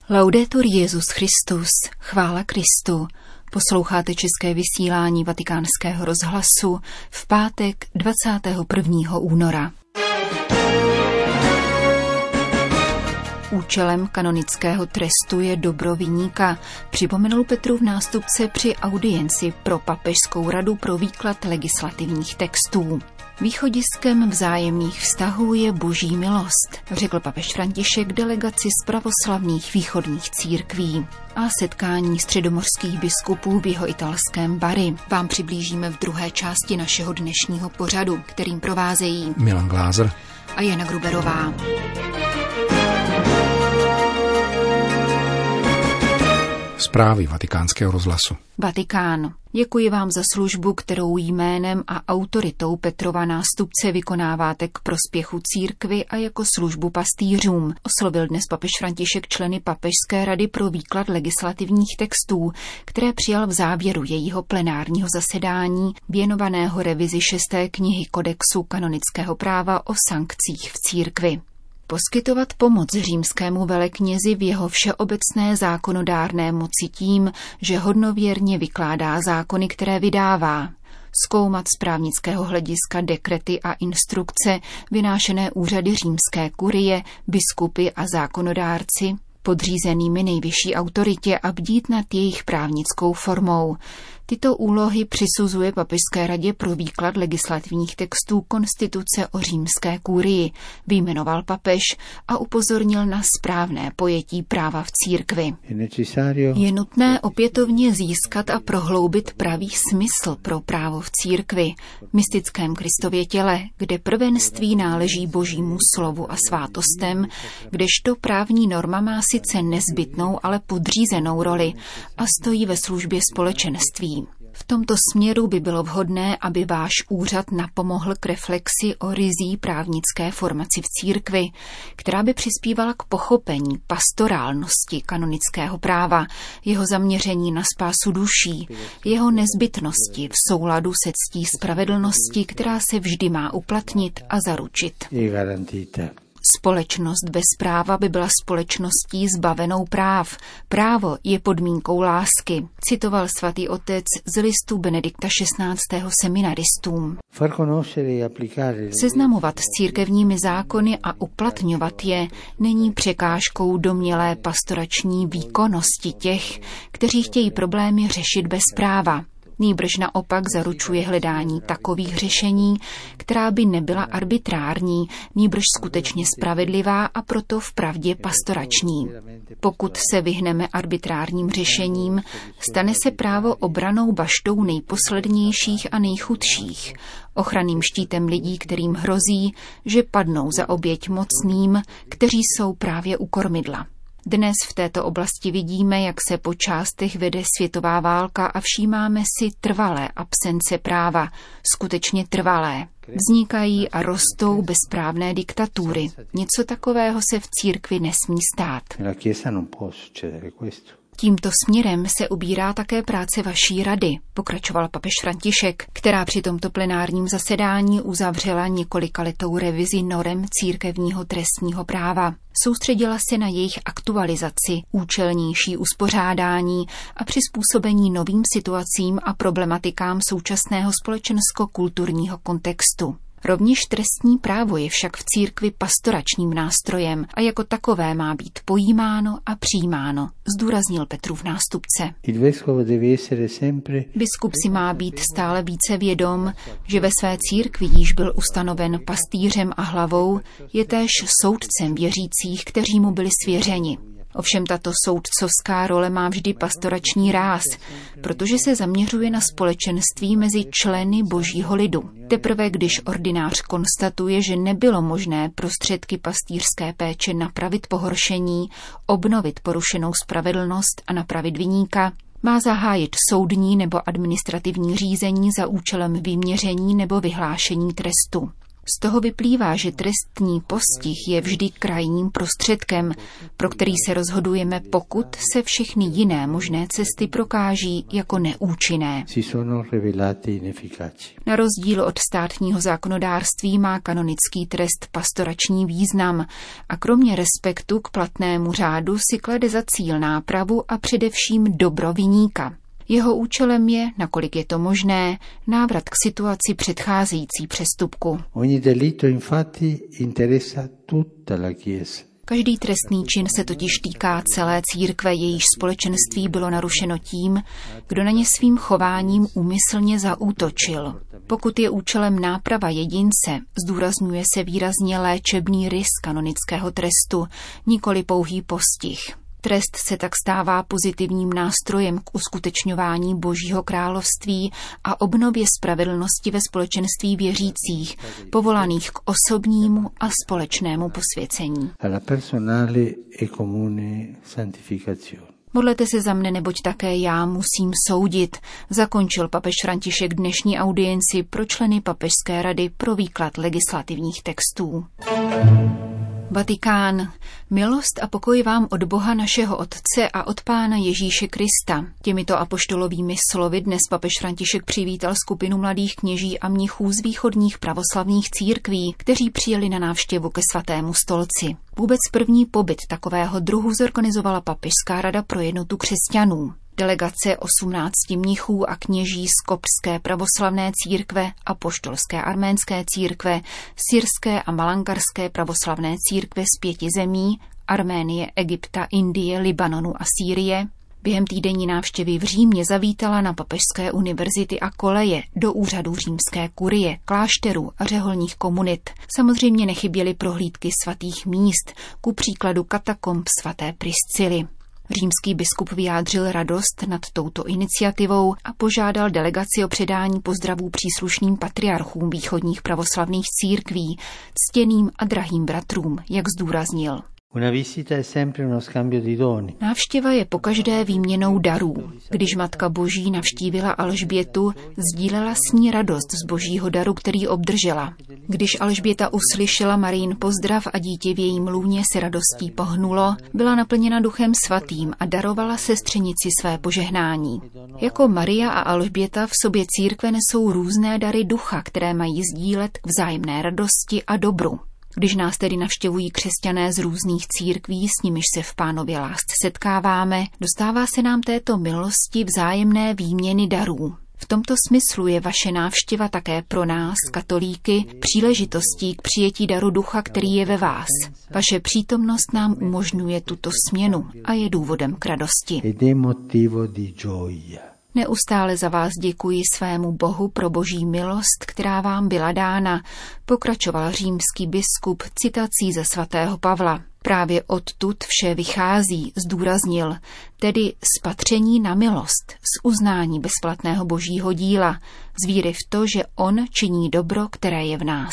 Laudetur Jesus Christus, chvála Kristu. Posloucháte české vysílání Vatikánského rozhlasu v pátek 21. února. Účelem kanonického trestu je dobro viníka, připomenul Petrův nástupce při audienci pro Papežskou radu pro výklad legislativních textů. Východiskem vzájemných vztahů je boží milost, řekl papež František delegaci z pravoslavných východních církví. A setkání středomořských biskupů v jihoitalském Bari vám přiblížíme v druhé části našeho dnešního pořadu, kterým provázejí Milan Glázer a Jana Gruberová. Zprávy Vatikánského rozhlasu. Vatikán. Děkuji vám za službu, kterou jménem a autoritou Petrova nástupce vykonáváte k prospěchu církvy a jako službu pastýřům, oslovil dnes papež František členy Papežské rady pro výklad legislativních textů, které přijal v závěru jejího plenárního zasedání věnovaného revizi 6. knihy Kodexu kanonického práva o sankcích v církvi. Poskytovat pomoc římskému veleknězi v jeho všeobecné zákonodárné moci tím, že hodnověrně vykládá zákony, které vydává. Zkoumat z právnického hlediska dekrety a instrukce vynášené úřady římské kurie, biskupy a zákonodárci, podřízenými nejvyšší autoritě a bdít nad jejich právnickou formou. Tyto úlohy přisuzuje Papežské radě pro výklad legislativních textů konstituce o římské kurii, vyjmenoval papež a upozornil na správné pojetí práva v církvi. Je nutné opětovně získat a prohloubit pravý smysl pro právo v církvi, mystickém Kristově těle, kde prvenství náleží božímu slovu a svátostem, kdežto právní norma má sice nezbytnou, ale podřízenou roli a stojí ve službě společenství. V tomto směru by bylo vhodné, aby váš úřad napomohl k reflexi o rizí právnické formaci v církvi, která by přispívala k pochopení pastorálnosti kanonického práva, jeho zaměření na spásu duší, jeho nezbytnosti v souladu se ctí spravedlnosti, která se vždy má uplatnit a zaručit. Společnost bez práva by byla společností zbavenou práv. Právo je podmínkou lásky, citoval svatý otec z listu Benedikta XVI. Seminaristům. Seznamovat s církevními zákony a uplatňovat je není překážkou domnělé pastorační výkonnosti těch, kteří chtějí problémy řešit bez práva. Nýbrž naopak zaručuje hledání takových řešení, která by nebyla arbitrární, nýbrž skutečně spravedlivá a proto vpravdě pastorační. Pokud se vyhneme arbitrárním řešením, stane se právo obranou baštou nejposlednějších a nejchudších, ochranným štítem lidí, kterým hrozí, že padnou za oběť mocným, kteří jsou právě u kormidla. Dnes v této oblasti vidíme, jak se po částech vede světová válka a všímáme si trvalé absence práva, skutečně trvalé. Vznikají a rostou bezprávné diktatury. Něco takového se v církvi nesmí stát. Tímto směrem se ubírá také práce vaší rady, pokračoval papež František, která při tomto plenárním zasedání uzavřela několikaletou revizi norem církevního trestního práva. Soustředila se na jejich aktualizaci, účelnější uspořádání a přizpůsobení novým situacím a problematikám současného společensko-kulturního kontextu. Rovněž trestní právo je však v církvi pastoračním nástrojem a jako takové má být pojímáno a přijímáno, zdůraznil Petrův nástupce. Biskup si má být stále více vědom, že ve své církvi, jíž byl ustanoven pastýřem a hlavou, je též soudcem věřících, kteří mu byli svěřeni. Ovšem tato soudcovská role má vždy pastorační ráz, protože se zaměřuje na společenství mezi členy božího lidu. Teprve když ordinář konstatuje, že nebylo možné prostředky pastýřské péče napravit pohoršení, obnovit porušenou spravedlnost a napravit viníka, má zahájit soudní nebo administrativní řízení za účelem vyměření nebo vyhlášení trestu. Z toho vyplývá, že trestní postih je vždy krajním prostředkem, pro který se rozhodujeme, pokud se všechny jiné možné cesty prokáží jako neúčinné. Na rozdíl od státního zákonodárství má kanonický trest pastorační význam a kromě respektu k platnému řádu si klade za cíl nápravu a především dobro viníka. Jeho účelem je, nakolik je to možné, návrat k situaci předcházející přestupku. Každý trestný čin se totiž týká celé církve, jejíž společenství bylo narušeno tím, kdo na ně svým chováním úmyslně zaútočil. Pokud je účelem náprava jedince, zdůrazňuje se výrazně léčebný rys kanonického trestu, nikoli pouhý postih. Trest se tak stává pozitivním nástrojem k uskutečňování Božího království a obnově spravedlnosti ve společenství věřících, povolaných k osobnímu a společnému posvěcení. Modlete se za mne, neboť také já musím soudit, zakončil papež František dnešní audienci pro členy Papežské rady pro výklad legislativních textů. Vatikán. Milost a pokoj vám od Boha našeho Otce a od Pána Ježíše Krista. Těmito apoštolovými slovy dnes papež František přivítal skupinu mladých kněží a mnichů z východních pravoslavných církví, kteří přijeli na návštěvu ke Svatému stolci. Vůbec první pobyt takového druhu zorganizovala Papežská rada pro jednotu křesťanů. Delegace 18 mnichů a kněží z Koptské pravoslavné církve, Apoštolské arménské církve, Syrské a Malankarské pravoslavné církve z 5 zemí, Arménie, Egypta, Indie, Libanonu a Sýrie, během týdenní návštěvy v Římě zavítala na papežské univerzity a koleje, do úřadů římské kurie, klášterů a řeholních komunit. Samozřejmě nechyběly prohlídky svatých míst, ku příkladu katakomb svaté Priscily. Římský biskup vyjádřil radost nad touto iniciativou a požádal delegaci o předání pozdravů příslušným patriarchům východních pravoslavných církví, ctěným a drahým bratrům, jak zdůraznil. Návštěva je pokaždé výměnou darů. Když Matka Boží navštívila Alžbětu, sdílela s ní radost z Božího daru, který obdržela. Když Alžběta uslyšela Marijin pozdrav a dítě v jejím lůně se radostí pohnulo, byla naplněna Duchem Svatým a darovala sestřenici své požehnání. Jako Maria a Alžběta v sobě církve nesou různé dary ducha, které mají sdílet k vzájemné radosti a dobru. Když nás tedy navštěvují křesťané z různých církví, s nimiž se v Pánově lásce setkáváme, dostává se nám této milosti vzájemné výměny darů. V tomto smyslu je vaše návštěva také pro nás, katolíky, příležitostí k přijetí daru ducha, který je ve vás. Vaše přítomnost nám umožňuje tuto směnu a je důvodem k radosti. Neustále za vás děkuji svému Bohu pro boží milost, která vám byla dána, pokračoval římský biskup citací ze svatého Pavla. Právě odtud vše vychází, zdůraznil, tedy spatření na milost, z uznání bezplatného božího díla, z víry v to, že on činí dobro, které je v nás.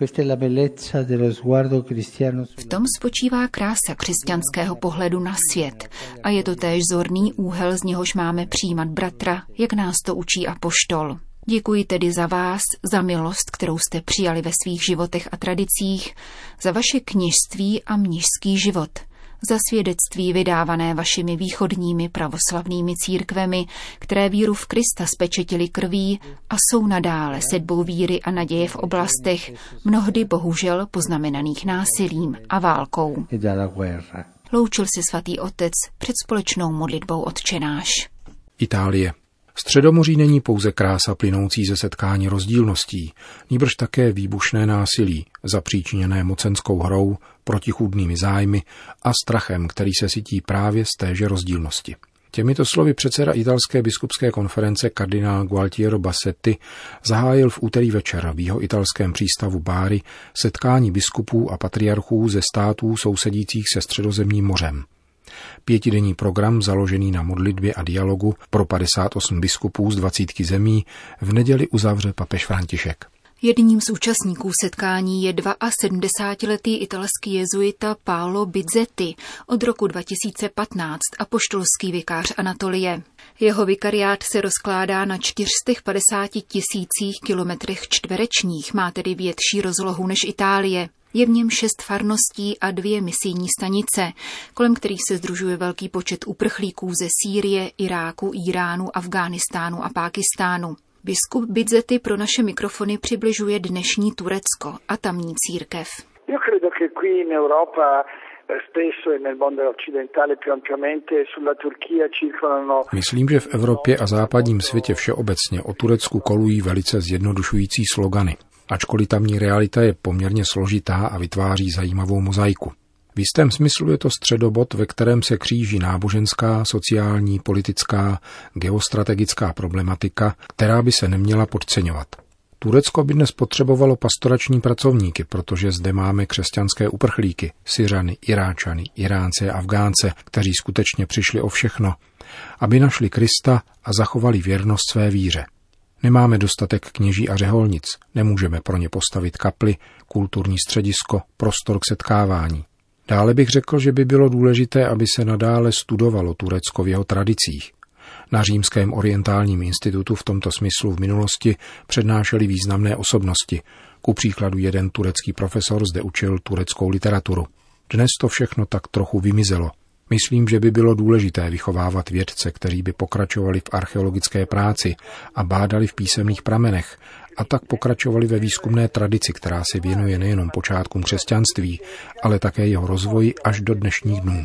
V tom spočívá krása křesťanského pohledu na svět a je to též zorný úhel, z něhož máme přijímat bratra, jak nás to učí apoštol. Děkuji tedy za vás, za milost, kterou jste přijali ve svých životech a tradicích, za vaše kněžství a mnišský život, za svědectví vydávané vašimi východními pravoslavnými církvemi, které víru v Krista spečetili krví a jsou nadále sedbou víry a naděje v oblastech, mnohdy bohužel poznamenaných násilím a válkou. Loučil se svatý otec před společnou modlitbou Otčenáš. Itálie. Středomoří není pouze krása plynoucí ze setkání rozdílností, nýbrž také výbušné násilí, zapříčiněné mocenskou hrou, protichůdnými zájmy a strachem, který se sytí právě z téže rozdílnosti. Těmito slovy předseda italské biskupské konference kardinál Gualtiero Bassetti zahájil v úterý večer v jihoitalském přístavu Bari setkání biskupů a patriarchů ze států sousedících se Středozemním mořem. 5denní program založený na modlitbě a dialogu pro 58 biskupů z 20 zemí v neděli uzavře papež František. Jedním z účastníků setkání je 72letý italský jezuita Paolo Bizzetti, od roku 2015 apoštolský vikář Anatolie. Jeho vikariát se rozkládá na 450 000 kilometrech čtverečních, má tedy větší rozlohu než Itálie. Je v něm 6 farností a 2 misijní stanice, kolem kterých se sdružuje velký počet uprchlíků ze Sýrie, Iráku, Íránu, Afghánistánu a Pákistánu. Biskup Bizzetti pro naše mikrofony přibližuje dnešní Turecko a tamní církev. Myslím, že v Evropě a západním světě všeobecně o Turecku kolují velice zjednodušující slogany, ačkoliv tamní realita je poměrně složitá a vytváří zajímavou mozaiku. V jistém smyslu je to středobod, ve kterém se kříží náboženská, sociální, politická, geostrategická problematika, která by se neměla podceňovat. Turecko by dnes potřebovalo pastorační pracovníky, protože zde máme křesťanské uprchlíky, Syřany, Iráčany, Iránce a Afgánce, kteří skutečně přišli o všechno, aby našli Krista a zachovali věrnost své víře. Nemáme dostatek kněží a řeholnic, nemůžeme pro ně postavit kapli, kulturní středisko, prostor k setkávání. Dále bych řekl, že by bylo důležité, aby se nadále studovalo Turecko v jeho tradicích. Na Římském orientálním institutu v tomto smyslu v minulosti přednášeli významné osobnosti. Ku příkladu jeden turecký profesor zde učil tureckou literaturu. Dnes to všechno tak trochu vymizelo. Myslím, že by bylo důležité vychovávat vědce, kteří by pokračovali v archeologické práci a bádali v písemných pramenech, a tak pokračovali ve výzkumné tradici, která se věnuje nejenom počátkům křesťanství, ale také jeho rozvoji až do dnešních dnů.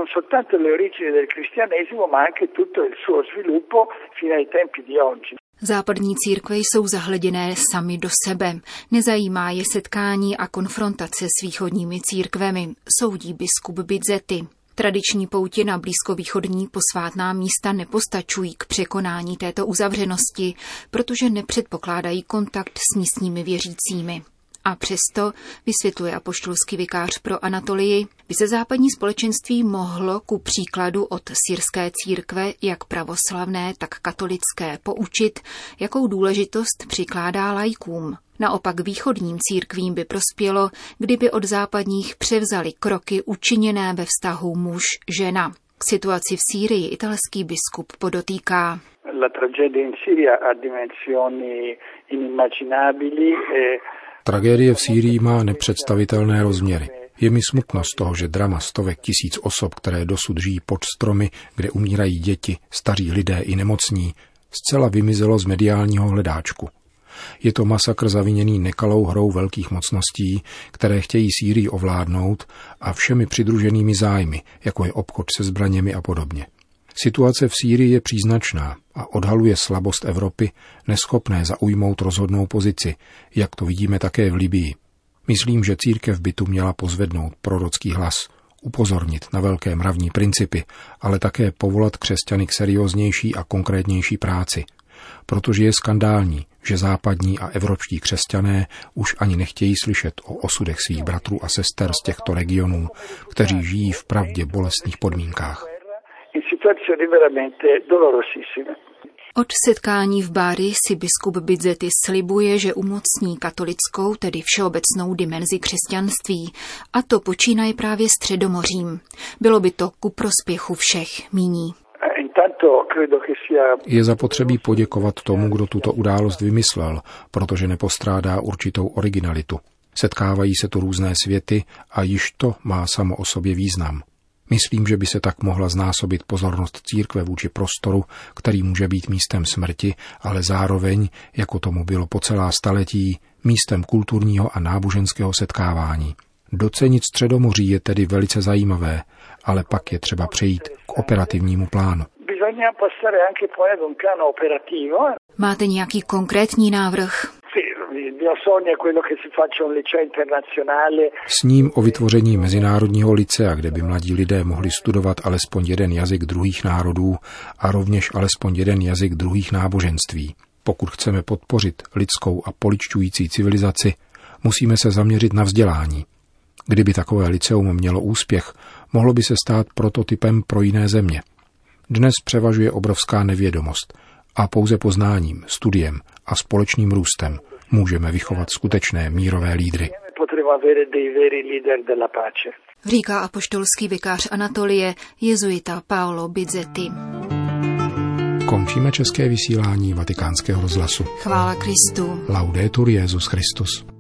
Západní církve jsou zahleděné sami do sebe. Nezajímá je setkání a konfrontace s východními církvemi, soudí biskup Bizzetti. Tradiční poutě na blízkovýchodní posvátná místa nepostačují k překonání této uzavřenosti, protože nepředpokládají kontakt s místními věřícími. A přesto, vysvětluje apoštolský vikář pro Anatolii, by se západní společenství mohlo ku příkladu od syrské církve, jak pravoslavné, tak katolické, poučit, jakou důležitost přikládá laikům. Naopak východním církvím by prospělo, kdyby od západních převzali kroky učiněné ve vztahu muž-žena. K situaci v Sýrii italský biskup podotýká. Tragédie v Sýrii má nepředstavitelné rozměry. Je mi smutno z toho, že drama stovek tisíc osob, které dosud žijí pod stromy, kde umírají děti, staří lidé i nemocní, zcela vymizelo z mediálního hledáčku. Je to masakr zaviněný nekalou hrou velkých mocností, které chtějí Sýrii ovládnout a všemi přidruženými zájmy, jako je obchod se zbraněmi a podobně. Situace v Sýrii je příznačná a odhaluje slabost Evropy, neschopné zaujmout rozhodnou pozici, jak to vidíme také v Libyi. Myslím, že církev by tu měla pozvednout prorocký hlas, upozornit na velké mravní principy, ale také povolat křesťany k serióznější a konkrétnější práci. Protože je skandální, že západní a evropští křesťané už ani nechtějí slyšet o osudech svých bratrů a sester z těchto regionů, kteří žijí v pravdě bolestných podmínkách. Od setkání v Bari si biskup Bizzetti slibuje, že umocní katolickou, tedy všeobecnou dimenzi křesťanství, a to počínaje právě Středomořím. Bylo by to ku prospěchu všech, míní. Je zapotřebí poděkovat tomu, kdo tuto událost vymyslel, protože nepostrádá určitou originalitu. Setkávají se tu různé světy a již to má samo o sobě význam. Myslím, že by se tak mohla znásobit pozornost církve vůči prostoru, který může být místem smrti, ale zároveň, jako tomu bylo po celá staletí, místem kulturního a náboženského setkávání. Docenit Středomoří je tedy velice zajímavé, ale pak je třeba přejít k operativnímu plánu. Máte nějaký konkrétní návrh? Sním o vytvoření mezinárodního licea, kde by mladí lidé mohli studovat alespoň jeden jazyk druhých národů a rovněž alespoň jeden jazyk druhých náboženství. Pokud chceme podpořit lidskou a poličťující civilizaci, musíme se zaměřit na vzdělání. Kdyby takové liceum mělo úspěch, mohlo by se stát prototypem pro jiné země. Dnes převažuje obrovská nevědomost a pouze poznáním, studiem a společným růstem můžeme vychovat skutečné mírové lídry. Říká apoštolský vikář Anatolie, jezuita Paolo Bizzetti. Končíme české vysílání Vatikánského rozhlasu. Chvála Kristu. Laudetur Jesus Christus.